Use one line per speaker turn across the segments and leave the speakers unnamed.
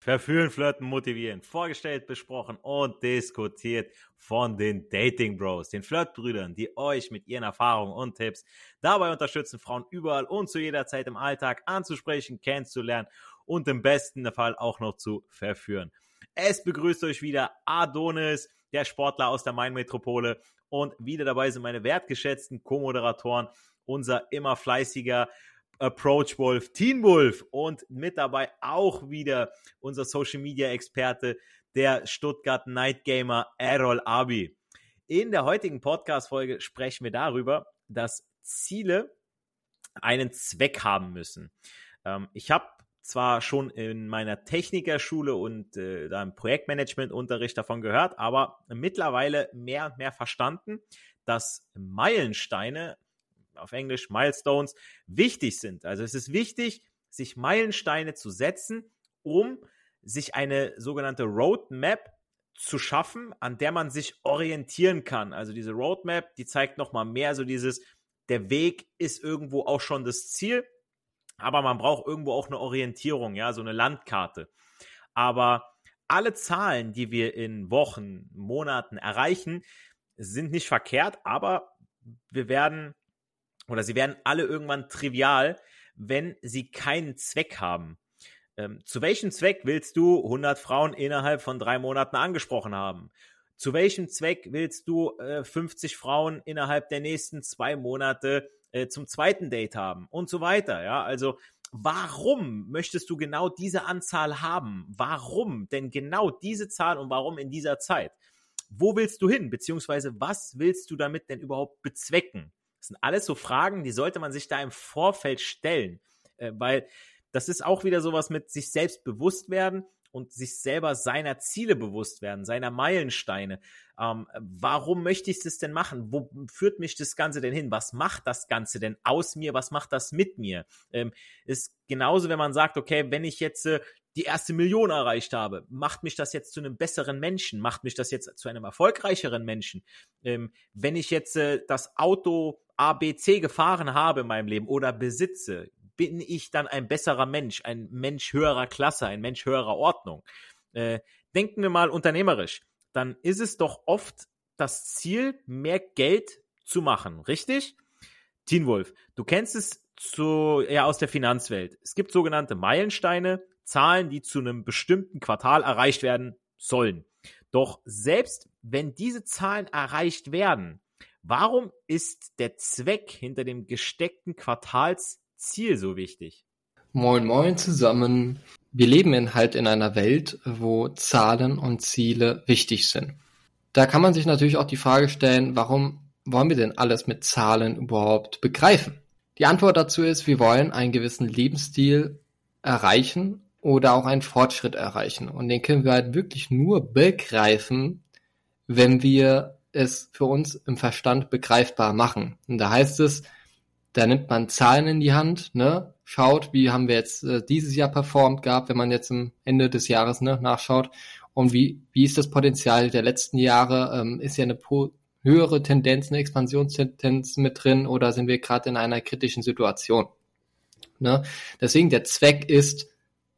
Verführen, flirten, motivieren. Vorgestellt, besprochen und diskutiert von den Dating Bros, den Flirtbrüdern, die euch mit ihren Erfahrungen und Tipps dabei unterstützen, Frauen überall und zu jeder Zeit im Alltag anzusprechen, kennenzulernen und im besten Fall auch noch zu verführen. Es begrüßt euch wieder Adonis, der Sportler aus der Main-Metropole, und wieder dabei sind meine wertgeschätzten Co-Moderatoren, unser immer fleißiger Approach Wolf, Teen Wolf, und mit dabei auch wieder unser Social Media Experte, der Stuttgart Night Gamer Errol Abi. In der heutigen Podcast-Folge sprechen wir darüber, dass Ziele einen Zweck haben müssen. Ich habe zwar schon in meiner Technikerschule und da im Projektmanagement-Unterricht davon gehört, aber mittlerweile mehr und mehr verstanden, dass Meilensteine, auf Englisch Milestones, wichtig sind. Also es ist wichtig, sich Meilensteine zu setzen, um sich eine sogenannte Roadmap zu schaffen, an der man sich orientieren kann. Also diese Roadmap, die zeigt nochmal mehr so dieses, der Weg ist irgendwo auch schon das Ziel, aber man braucht irgendwo auch eine Orientierung, ja, so eine Landkarte. Aber alle Zahlen, die wir in Wochen, Monaten erreichen, sind nicht verkehrt, aber sie werden alle irgendwann trivial, wenn sie keinen Zweck haben. Zu welchem Zweck willst du 100 Frauen innerhalb von 3 Monaten angesprochen haben? Zu welchem Zweck willst du 50 Frauen innerhalb der nächsten 2 Monate zum zweiten Date haben? Und so weiter. Ja? Also warum möchtest du genau diese Anzahl haben? Warum denn genau diese Zahl und warum in dieser Zeit? Wo willst du hin? Beziehungsweise was willst du damit denn überhaupt bezwecken? Das sind alles so Fragen, die sollte man sich da im Vorfeld stellen, weil das ist auch wieder sowas mit sich selbst bewusst werden und sich selber seiner Ziele bewusst werden, seiner Meilensteine. Warum möchte ich das denn machen? Wo führt mich das Ganze denn hin? Was macht das Ganze denn aus mir? Was macht das mit mir? Ist genauso, wenn man sagt, okay, wenn ich jetzt die erste Million erreicht habe, macht mich das jetzt zu einem besseren Menschen? Macht mich das jetzt zu einem erfolgreicheren Menschen? Wenn ich jetzt das Auto ABC gefahren habe in meinem Leben oder besitze, bin ich dann ein besserer Mensch, ein Mensch höherer Klasse, ein Mensch höherer Ordnung? Denken wir mal unternehmerisch, dann ist es doch oft das Ziel, mehr Geld zu machen, richtig? Teen Wolf, du kennst es aus der Finanzwelt. Es gibt sogenannte Meilensteine, Zahlen, die zu einem bestimmten Quartal erreicht werden sollen. Doch selbst wenn diese Zahlen erreicht werden, warum ist der Zweck hinter dem gesteckten Quartalsziel so wichtig?
Moin moin zusammen. Wir leben in einer Welt, wo Zahlen und Ziele wichtig sind. Da kann man sich natürlich auch die Frage stellen, warum wollen wir denn alles mit Zahlen überhaupt begreifen? Die Antwort dazu ist, wir wollen einen gewissen Lebensstil erreichen oder auch einen Fortschritt erreichen. Und den können wir halt wirklich nur begreifen, wenn wir es für uns im Verstand begreifbar machen. Und da heißt es, da nimmt man Zahlen in die Hand, ne? Schaut, wie haben wir jetzt dieses Jahr performt gehabt, wenn man jetzt am Ende des Jahres nachschaut, und wie ist das Potenzial der letzten Jahre, ist ja eine höhere Tendenz, eine Expansionstendenz mit drin, oder sind wir gerade in einer kritischen Situation? Ne? Deswegen der Zweck ist,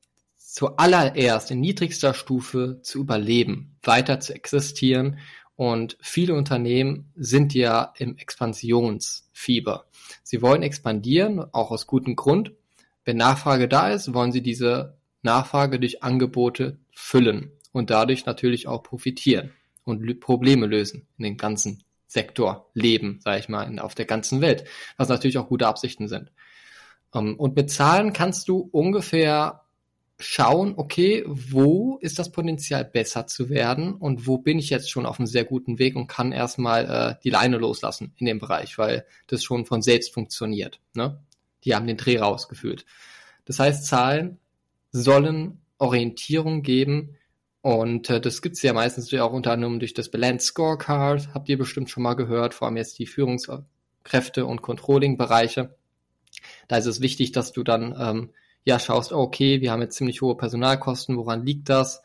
zuallererst in niedrigster Stufe zu überleben, weiter zu existieren. Und viele Unternehmen sind ja im Expansionsfieber. Sie wollen expandieren, auch aus gutem Grund. Wenn Nachfrage da ist, wollen sie diese Nachfrage durch Angebote füllen und dadurch natürlich auch profitieren und Probleme lösen in dem ganzen Sektor Leben, sage ich mal, auf der ganzen Welt, was natürlich auch gute Absichten sind. Und mit Zahlen kannst du ungefähr schauen, okay, wo ist das Potenzial besser zu werden und wo bin ich jetzt schon auf einem sehr guten Weg und kann erstmal die Leine loslassen in dem Bereich, weil das schon von selbst funktioniert. Ne? Die haben den Dreh rausgeführt. Das heißt, Zahlen sollen Orientierung geben, und das gibt's ja meistens auch unter anderem durch das Balanced Scorecard, habt ihr bestimmt schon mal gehört, vor allem jetzt die Führungskräfte und Controlling-Bereiche. Da ist es wichtig, dass du dann schaust, okay, wir haben jetzt ziemlich hohe Personalkosten, woran liegt das?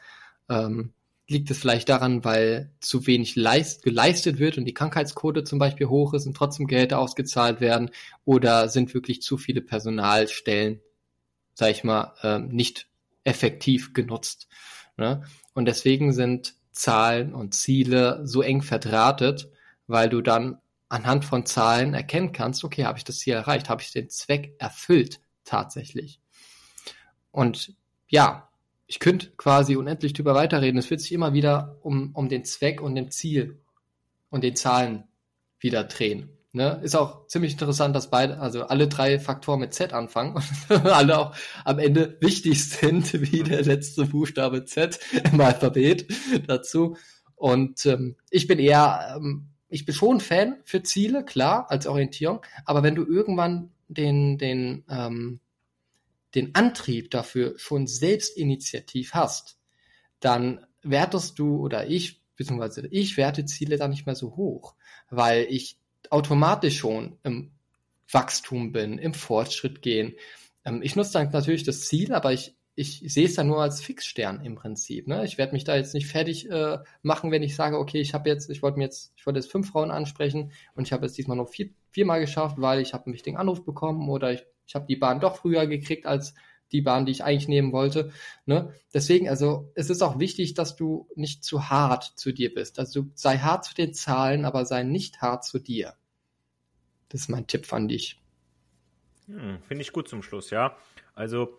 Liegt es vielleicht daran, weil zu wenig geleistet wird und die Krankheitsquote zum Beispiel hoch ist und trotzdem Gehälter ausgezahlt werden? Oder sind wirklich zu viele Personalstellen, sag ich mal, nicht effektiv genutzt. Ne? Und deswegen sind Zahlen und Ziele so eng verdrahtet, weil du dann anhand von Zahlen erkennen kannst, okay, habe ich das Ziel erreicht, habe ich den Zweck erfüllt tatsächlich. Und ja, ich könnte quasi unendlich drüber weiterreden. Es wird sich immer wieder um den Zweck und dem Ziel und den Zahlen wieder drehen. Ne? Ist auch ziemlich interessant, dass alle 3 Faktoren mit Z anfangen und alle auch am Ende wichtig sind, wie der letzte Buchstabe Z im Alphabet dazu. Und ich bin schon Fan für Ziele, klar, als Orientierung, aber wenn du irgendwann den Antrieb dafür schon selbst initiativ hast, dann wertest du oder ich werte Ziele dann nicht mehr so hoch, weil ich automatisch schon im Wachstum bin, im Fortschritt gehen. Ich nutze dann natürlich das Ziel, aber ich sehe es dann nur als Fixstern im Prinzip. Ne? Ich werde mich da jetzt nicht fertig machen, wenn ich sage, okay, ich wollte jetzt 5 Frauen ansprechen und ich habe es diesmal nur 4-mal geschafft, weil ich habe einen wichtigen Anruf bekommen oder ich habe die Bahn doch früher gekriegt als die Bahn, die ich eigentlich nehmen wollte. Ne? Deswegen, also es ist auch wichtig, dass du nicht zu hart zu dir bist. Also sei hart zu den Zahlen, aber sei nicht hart zu dir. Das ist mein Tipp an dich.
Finde ich gut zum Schluss, ja. Also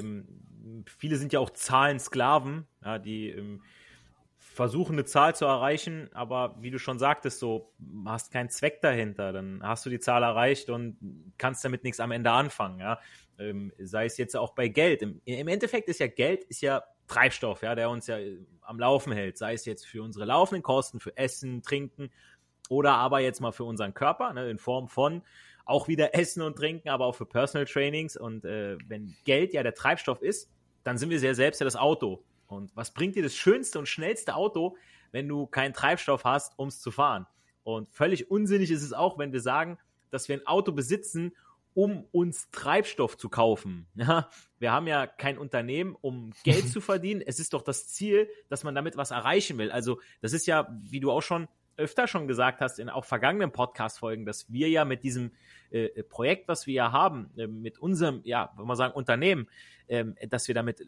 viele sind ja auch Zahlensklaven, ja, die versuchen eine Zahl zu erreichen, aber wie du schon sagtest, so hast keinen Zweck dahinter, dann hast du die Zahl erreicht und kannst damit nichts am Ende anfangen, ja. Sei es jetzt auch bei Geld. Im Endeffekt ist ja Geld Treibstoff, ja, der uns ja am Laufen hält, sei es jetzt für unsere laufenden Kosten, für Essen, Trinken oder aber jetzt mal für unseren Körper, ne, in Form von auch wieder Essen und Trinken, aber auch für Personal Trainings. Und wenn Geld ja der Treibstoff ist, dann sind wir sehr selbst ja das Auto. Und was bringt dir das schönste und schnellste Auto, wenn du keinen Treibstoff hast, um es zu fahren? Und völlig unsinnig ist es auch, wenn wir sagen, dass wir ein Auto besitzen, um uns Treibstoff zu kaufen. Ja, wir haben ja kein Unternehmen, um Geld zu verdienen. Es ist doch das Ziel, dass man damit was erreichen will. Also das ist ja, wie du auch schon öfter schon gesagt hast, in auch vergangenen Podcast-Folgen, dass wir ja mit diesem Projekt, was wir ja haben, mit unserem, ja, wenn man sagen, Unternehmen, dass wir damit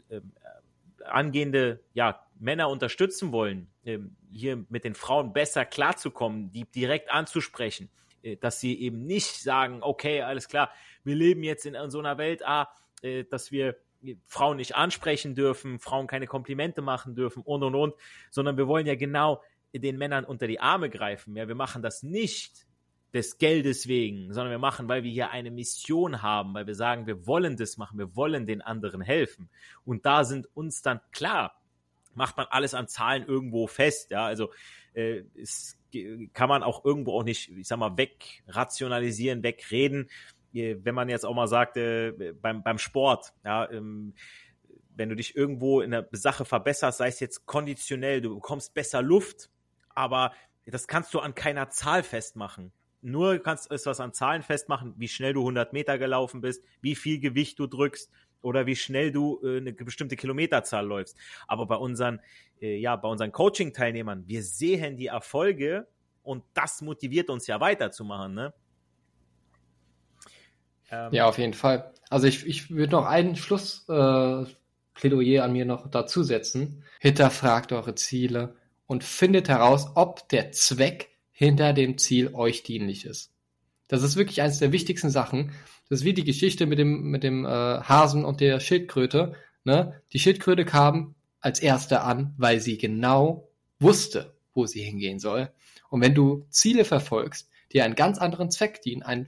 angehende Männer unterstützen wollen, hier mit den Frauen besser klarzukommen, die direkt anzusprechen, dass sie eben nicht sagen, okay, alles klar, wir leben jetzt in so einer Welt, dass wir Frauen nicht ansprechen dürfen, Frauen keine Komplimente machen dürfen und, sondern wir wollen ja genau den Männern unter die Arme greifen. Ja, wir machen das nicht des Geldes wegen, sondern wir machen, weil wir hier eine Mission haben, weil wir sagen, wir wollen das machen, wir wollen den anderen helfen. Und da sind uns dann klar, macht man alles an Zahlen irgendwo fest. Ja, also es kann man auch irgendwo auch nicht, ich sag mal, wegrationalisieren, wegreden. Wenn man jetzt auch mal sagt, beim Sport, ja, wenn du dich irgendwo in einer Sache verbesserst, sei es jetzt konditionell, du bekommst besser Luft, aber das kannst du an keiner Zahl festmachen. Nur kannst du etwas an Zahlen festmachen, wie schnell du 100 Meter gelaufen bist, wie viel Gewicht du drückst oder wie schnell du eine bestimmte Kilometerzahl läufst. Aber bei unseren Coaching-Teilnehmern, wir sehen die Erfolge und das motiviert uns ja weiterzumachen, ne?
Ja, auf jeden Fall. Also ich würde noch einen Schlussplädoyer an mir noch dazu setzen. Hinterfragt eure Ziele und findet heraus, ob der Zweck hinter dem Ziel euch dienlich ist. Das ist wirklich eines der wichtigsten Sachen. Das ist wie die Geschichte mit dem Hasen und der Schildkröte. Ne? Die Schildkröte kam als Erste an, weil sie genau wusste, wo sie hingehen soll. Und wenn du Ziele verfolgst, die einen ganz anderen Zweck dienen, einen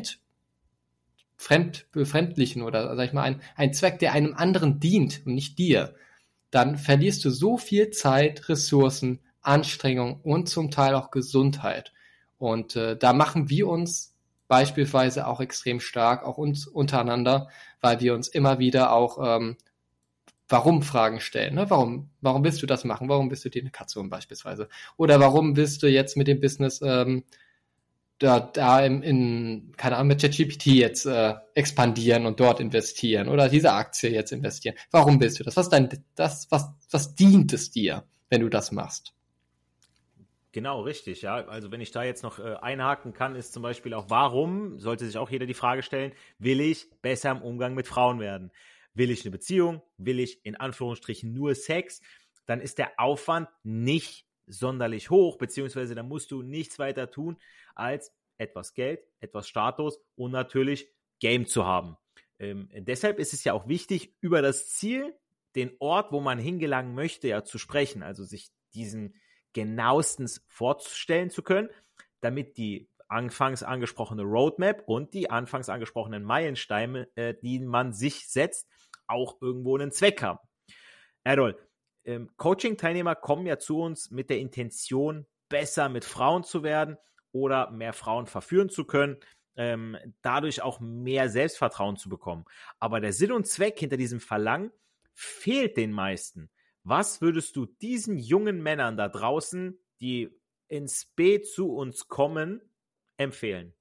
befremdlichen oder sag ich mal ein Zweck, der einem anderen dient und nicht dir, dann verlierst du so viel Zeit, Ressourcen, Anstrengung und zum Teil auch Gesundheit. Und da machen wir uns beispielsweise auch extrem stark, auch uns untereinander, weil wir uns immer wieder auch Warum-Fragen stellen. Ne? Warum willst du das machen? Warum willst du dir eine Katze holen beispielsweise? Oder warum willst du jetzt mit dem Business keine Ahnung, mit ChatGPT jetzt expandieren und dort investieren oder diese Aktie jetzt investieren? Warum willst du das? Was dient es dir, wenn du das machst?
Genau, richtig, ja. Also wenn ich da jetzt noch einhaken kann, ist zum Beispiel auch, warum, sollte sich auch jeder die Frage stellen, will ich besser im Umgang mit Frauen werden? will ich eine Beziehung, will ich in Anführungsstrichen nur Sex, dann ist der Aufwand nicht sonderlich hoch, beziehungsweise da musst du nichts weiter tun, als etwas Geld, etwas Status und natürlich Game zu haben. Deshalb ist es ja auch wichtig, über das Ziel, den Ort, wo man hingelangen möchte, ja zu sprechen, also sich diesen genauestens vorzustellen zu können, damit die anfangs angesprochene Roadmap und die anfangs angesprochenen Meilensteine, die man sich setzt, auch irgendwo einen Zweck haben. Errol, Coaching-Teilnehmer kommen ja zu uns mit der Intention, besser mit Frauen zu werden oder mehr Frauen verführen zu können, dadurch auch mehr Selbstvertrauen zu bekommen. Aber der Sinn und Zweck hinter diesem Verlangen fehlt den meisten. Was würdest du diesen jungen Männern da draußen, die ins B zu uns kommen, empfehlen?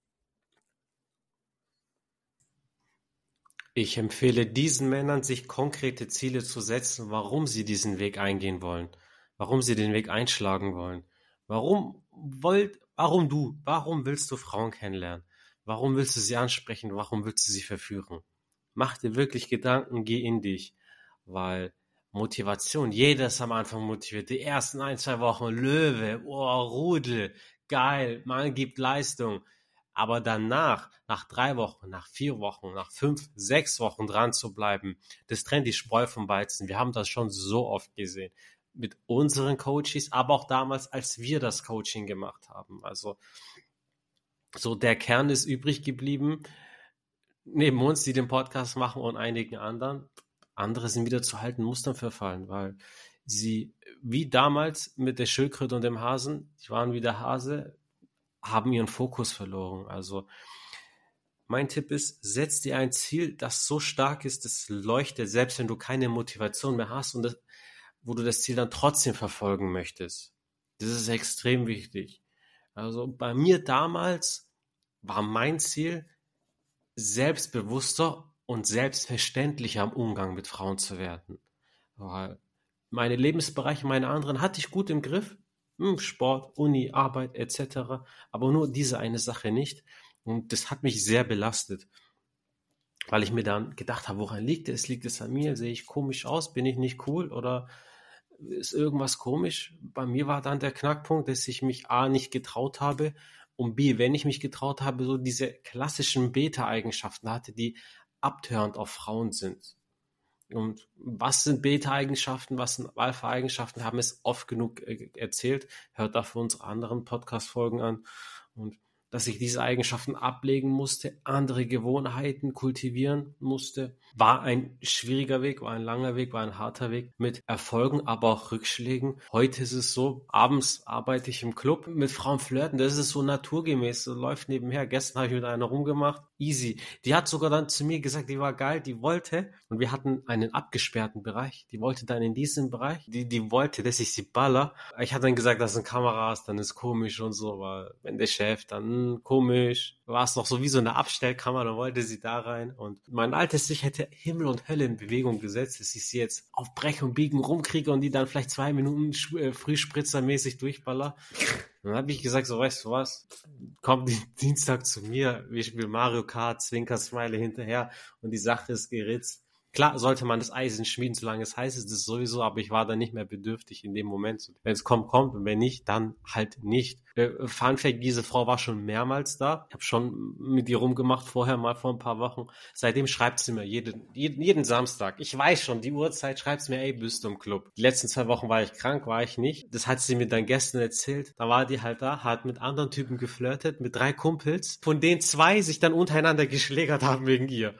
Ich empfehle diesen Männern, sich konkrete Ziele zu setzen, warum sie diesen Weg eingehen wollen, warum sie den Weg einschlagen wollen. Warum willst du Frauen kennenlernen? Warum willst du sie ansprechen? Warum willst du sie verführen? Mach dir wirklich Gedanken, geh in dich, weil Motivation, jeder ist am Anfang motiviert. Die ersten 1-2 Wochen Löwe, Rudel, geil, man gibt Leistung. Aber danach, nach 3 Wochen, nach 4 Wochen, nach 5, 6 Wochen dran zu bleiben, das trennt die Spreu vom Weizen. Wir haben das schon so oft gesehen. Mit unseren Coaches, aber auch damals, als wir das Coaching gemacht haben. Also so der Kern ist übrig geblieben, neben uns, die den Podcast machen und einigen anderen. Andere sind wieder zu alten Mustern verfallen, weil sie, wie damals mit der Schildkröte und dem Hasen, die waren wie der Hase, haben ihren Fokus verloren. Also mein Tipp ist, setz dir ein Ziel, das so stark ist, das leuchtet, selbst wenn du keine Motivation mehr hast und wo du das Ziel dann trotzdem verfolgen möchtest. Das ist extrem wichtig. Also bei mir damals war mein Ziel, selbstbewusster und selbstverständlicher im Umgang mit Frauen zu werden. Weil meine Lebensbereiche, meine anderen hatte ich gut im Griff. Sport, Uni, Arbeit etc. Aber nur diese eine Sache nicht. Und das hat mich sehr belastet. Weil ich mir dann gedacht habe, woran liegt es? Liegt es an mir? Sehe ich komisch aus? Bin ich nicht cool? Oder ist irgendwas komisch? Bei mir war dann der Knackpunkt, dass ich mich A, nicht getraut habe und B, wenn ich mich getraut habe, so diese klassischen Beta-Eigenschaften hatte, die abtörend auf Frauen sind. Und was sind Beta-Eigenschaften, was sind Alpha-Eigenschaften, haben es oft genug erzählt. Hört dafür unsere anderen Podcast-Folgen an. Und dass ich diese Eigenschaften ablegen musste, andere Gewohnheiten kultivieren musste, war ein schwieriger Weg, war ein langer Weg, war ein harter Weg mit Erfolgen, aber auch Rückschlägen. Heute ist es so, abends arbeite ich im Club mit Frauen flirten, das ist so naturgemäß, so läuft nebenher. Gestern habe ich mit einer rumgemacht, easy. Die hat sogar dann zu mir gesagt, die war geil, die wollte, und wir hatten einen abgesperrten Bereich, die wollte dann in diesen Bereich, die wollte, dass ich sie baller. Ich hatte dann gesagt, das sind Kameras, dann ist komisch und so, weil wenn der Chef dann komisch, war es noch so wie so eine Abstellkammer, dann wollte sie da rein und mein altes Ich hätte Himmel und Hölle in Bewegung gesetzt, dass ich sie jetzt auf Brech und Biegen rumkriege und die dann vielleicht 2 Minuten frühspritzermäßig durchballer. Dann habe ich gesagt, so weißt du was, komm Dienstag zu mir, wir spielen Mario Kart, Zwinker-Smiley hinterher und die Sache ist geritzt. Klar sollte man das Eisen schmieden, solange es heiß ist, das sowieso, aber ich war da nicht mehr bedürftig in dem Moment. Wenn es kommt, kommt, und wenn nicht, dann halt nicht. Fun Fact, diese Frau war schon mehrmals da. Ich habe schon mit ihr rumgemacht, vorher mal vor ein paar Wochen. Seitdem schreibt sie mir jeden Samstag. Ich weiß schon, die Uhrzeit schreibt sie mir, ey, bist du im Club. Die letzten 2 Wochen war ich krank, war ich nicht. Das hat sie mir dann gestern erzählt. Da war die halt da, hat mit anderen Typen geflirtet, mit 3 Kumpels, von denen 2 sich dann untereinander geschlägert haben wegen ihr.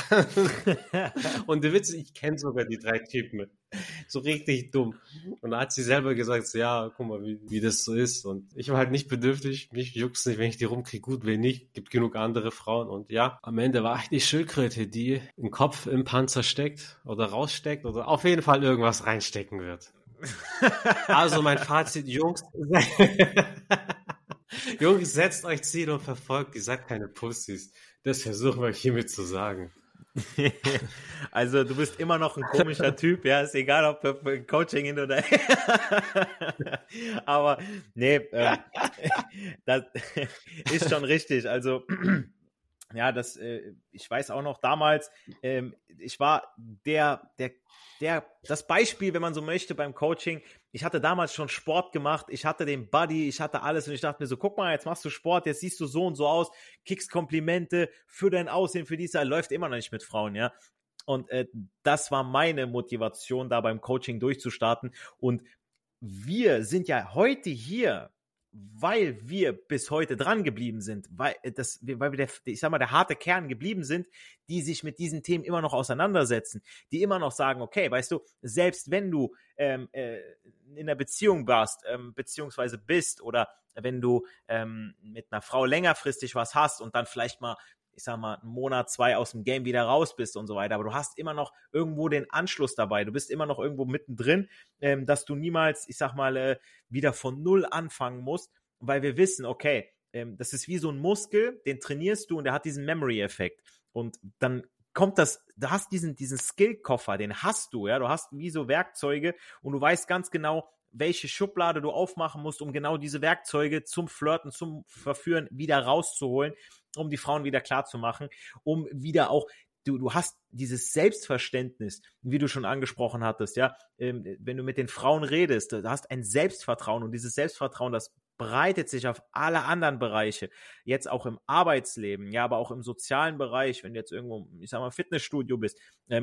Und der Witz, ich kenne sogar die 3 Typen. So richtig dumm. Und da hat sie selber gesagt, so, ja, guck mal, wie das so ist. Und ich war halt nicht bedürftig. Mich juckt's nicht, wenn ich die rumkriege. Gut, wenn nicht, gibt genug andere Frauen. Und ja, am Ende war ich die Schildkröte, die den Kopf im Panzer steckt oder raussteckt oder auf jeden Fall irgendwas reinstecken wird. Also mein Fazit, Jungs, Jungs, setzt euch Ziele und verfolgt, ihr seid keine Pussys. Das versuchen wir hiermit zu sagen.
Also du bist immer noch ein komischer Typ, ja, ist egal, ob für Coaching hin oder aber nee, das ist schon richtig, also Ja, ich weiß auch noch damals, ich war das Beispiel, wenn man so möchte, beim Coaching. Ich hatte damals schon Sport gemacht, ich hatte den Buddy, ich hatte alles und ich dachte mir so, guck mal, jetzt machst du Sport, jetzt siehst du so und so aus, kriegst Komplimente für dein Aussehen, für dies, läuft immer noch nicht mit Frauen, ja. Und das war meine Motivation, da beim Coaching durchzustarten. Und wir sind ja heute hier, weil wir bis heute dran geblieben sind, weil wir der harte Kern geblieben sind, die sich mit diesen Themen immer noch auseinandersetzen, die immer noch sagen, okay, weißt du, selbst wenn du in einer Beziehung warst, beziehungsweise bist, oder wenn du mit einer Frau längerfristig was hast und dann vielleicht mal, ich sag mal, einen Monat, 2 aus dem Game wieder raus bist und so weiter, aber du hast immer noch irgendwo den Anschluss dabei, du bist immer noch irgendwo mittendrin, dass du niemals, ich sag mal, wieder von Null anfangen musst, weil wir wissen, okay, das ist wie so ein Muskel, den trainierst du und der hat diesen Memory-Effekt und dann kommt du hast diesen Skill-Koffer, den hast du, ja, du hast wie so Werkzeuge und du weißt ganz genau, welche Schublade du aufmachen musst, um genau diese Werkzeuge zum Flirten, zum Verführen wieder rauszuholen, um die Frauen wieder klar zu machen, um wieder auch, du hast dieses Selbstverständnis, wie du schon angesprochen hattest, ja, wenn du mit den Frauen redest, du hast ein Selbstvertrauen und dieses Selbstvertrauen, das breitet sich auf alle anderen Bereiche, jetzt auch im Arbeitsleben, ja, aber auch im sozialen Bereich, wenn du jetzt irgendwo, ich sag mal, Fitnessstudio bist.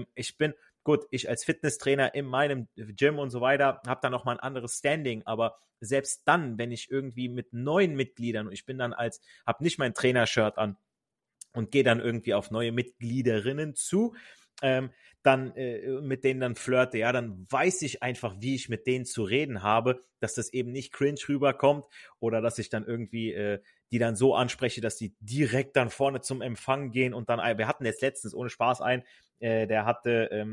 Ich als Fitnesstrainer in meinem Gym und so weiter, habe dann nochmal ein anderes Standing, aber selbst dann, wenn ich irgendwie mit neuen Mitgliedern, und ich bin dann habe nicht mein Trainershirt an und gehe dann irgendwie auf neue Mitgliederinnen zu, dann mit denen dann flirte, ja, dann weiß ich einfach, wie ich mit denen zu reden habe, dass das eben nicht cringe rüberkommt oder dass ich dann irgendwie die dann so anspreche, dass die direkt dann vorne zum Empfang gehen und dann, wir hatten jetzt letztens ohne Spaß der hatte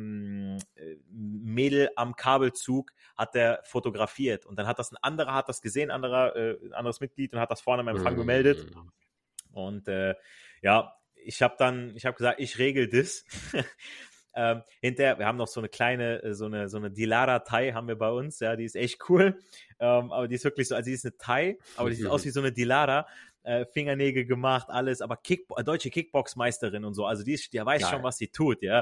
Mädel am Kabelzug, hat der fotografiert und dann hat das ein anderer, hat das gesehen, anderes Mitglied und hat das vorne am Empfang gemeldet und ja, ich habe gesagt, ich regel das. Hinterher, wir haben noch so eine kleine, so eine Dilara-Thai haben wir bei uns, ja, die ist echt cool, aber die ist wirklich so, also die ist eine Thai, aber die sieht aus wie so eine Dilara, Fingernägel gemacht, alles, aber deutsche Kickbox-Meisterin und so, also die weiß schon, was sie tut, ja,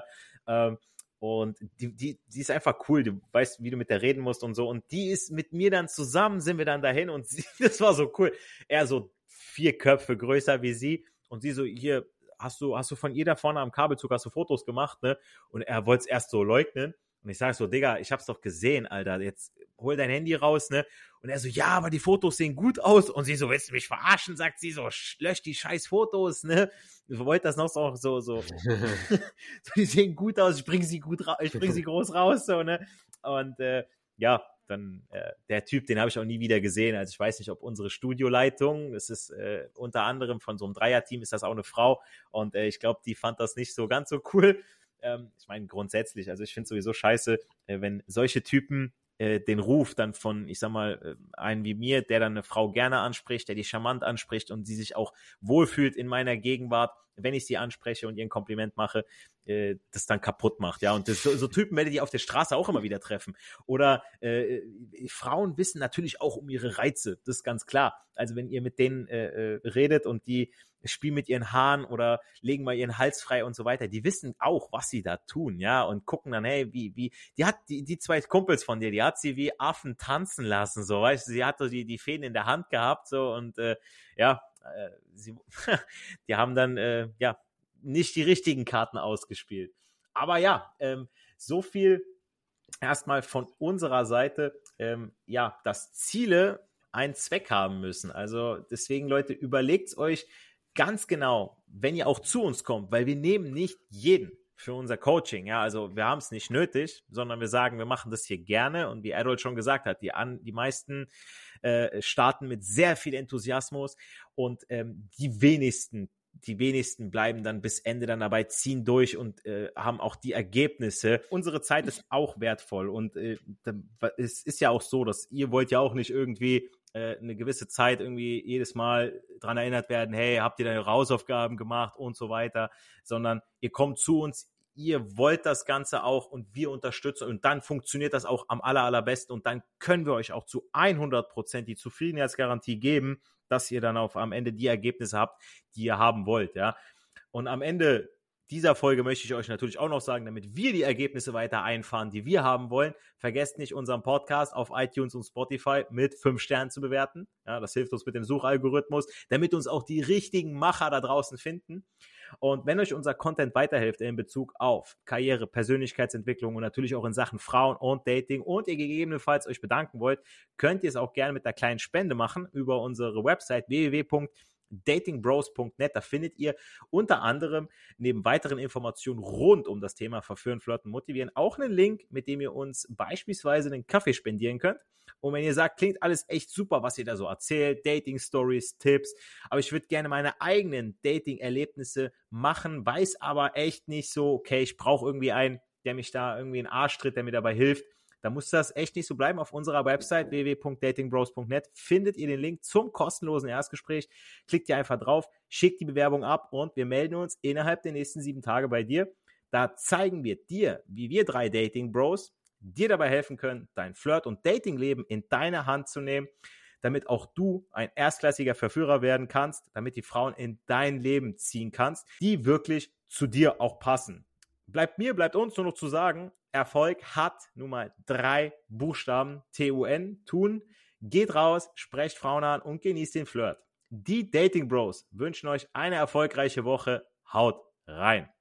und die ist einfach cool, du weißt, wie du mit der reden musst und so, und die ist mit mir dann zusammen, sind wir dann dahin und das war so cool, er so 4 Köpfe größer wie sie und sie so, hier, hast du von ihr da vorne am Kabelzug, hast du Fotos gemacht, ne? Und er wollte es erst so leugnen. Und ich sage so, Digga, ich hab's doch gesehen, Alter, jetzt hol dein Handy raus, ne? Und er so, ja, aber die Fotos sehen gut aus. Und sie so, willst du mich verarschen? Sagt sie so, lösch die scheiß Fotos, ne? Ich wollte das noch so, die sehen gut aus, ich bring sie groß raus, so, ne? Und ja, dann der Typ, den habe ich auch nie wieder gesehen. Also ich weiß nicht, ob unsere Studioleitung, das ist unter anderem von so einem Dreierteam, ist das auch eine Frau und ich glaube, die fand das nicht so ganz so cool. Ich meine grundsätzlich, also ich finde sowieso scheiße, wenn solche Typen den Ruf dann von, ich sag mal, einen wie mir, der dann eine Frau gerne anspricht, der die charmant anspricht und sie sich auch wohlfühlt in meiner Gegenwart, wenn ich sie anspreche und ihr ein Kompliment mache, das dann kaputt macht, ja, und so Typen werdet ihr auf der Straße auch immer wieder treffen, oder Frauen wissen natürlich auch um ihre Reize, das ist ganz klar, also wenn ihr mit denen redet und die spielen mit ihren Haaren oder legen mal ihren Hals frei und so weiter, die wissen auch, was sie da tun, ja, und gucken dann, hey, die hat die 2 Kumpels von dir, die hat sie wie Affen tanzen lassen, so, weißt du, sie hat so die Fäden in der Hand gehabt, so, und ja, die haben dann ja nicht die richtigen Karten ausgespielt. Aber ja, so viel erstmal von unserer Seite, ja, dass Ziele einen Zweck haben müssen. Also deswegen, Leute, überlegt's euch ganz genau, wenn ihr auch zu uns kommt, weil wir nehmen nicht jeden für unser Coaching, ja, also wir haben es nicht nötig, sondern wir sagen, wir machen das hier gerne und wie Errol schon gesagt hat, die meisten starten mit sehr viel Enthusiasmus und die wenigsten bleiben dann bis Ende dann dabei, ziehen durch und haben auch die Ergebnisse. Unsere Zeit ist auch wertvoll und es ist ja auch so, dass ihr wollt ja auch nicht irgendwie eine gewisse Zeit irgendwie jedes Mal dran erinnert werden, hey, habt ihr deine Hausaufgaben gemacht und so weiter, sondern ihr kommt zu uns, ihr wollt das Ganze auch und wir unterstützen und dann funktioniert das auch am allerbesten und dann können wir euch auch zu 100% die Zufriedenheitsgarantie geben, dass ihr dann am Ende die Ergebnisse habt, die ihr haben wollt, ja. Und am Ende dieser Folge möchte ich euch natürlich auch noch sagen, damit wir die Ergebnisse weiter einfahren, die wir haben wollen, vergesst nicht, unseren Podcast auf iTunes und Spotify mit 5 Sternen zu bewerten. Ja, das hilft uns mit dem Suchalgorithmus, damit uns auch die richtigen Macher da draußen finden. Und wenn euch unser Content weiterhilft in Bezug auf Karriere, Persönlichkeitsentwicklung und natürlich auch in Sachen Frauen und Dating und ihr gegebenenfalls euch bedanken wollt, könnt ihr es auch gerne mit einer kleinen Spende machen über unsere Website www.datingbros.net. Da findet ihr unter anderem neben weiteren Informationen rund um das Thema Verführen, Flirten, Motivieren auch einen Link, mit dem ihr uns beispielsweise einen Kaffee spendieren könnt. Und wenn ihr sagt, klingt alles echt super, was ihr da so erzählt, Dating-Stories, Tipps, aber ich würde gerne meine eigenen Dating-Erlebnisse machen, weiß aber echt nicht so, okay, ich brauche irgendwie einen, der mich da irgendwie in den Arsch tritt, der mir dabei hilft, dann muss das echt nicht so bleiben. Auf unserer Website www.datingbros.net findet ihr den Link zum kostenlosen Erstgespräch. Klickt ihr einfach drauf, schickt die Bewerbung ab und wir melden uns innerhalb der nächsten 7 Tage bei dir. Da zeigen wir dir, wie wir 3 Dating Bros dir dabei helfen können, dein Flirt- und Datingleben in deine Hand zu nehmen, damit auch du ein erstklassiger Verführer werden kannst, damit die Frauen in dein Leben ziehen kannst, die wirklich zu dir auch passen. Bleibt uns nur noch zu sagen, Erfolg hat nun mal 3 Buchstaben, TUN, tun. Geht raus, sprecht Frauen an und genießt den Flirt. Die Dating Bros wünschen euch eine erfolgreiche Woche. Haut rein!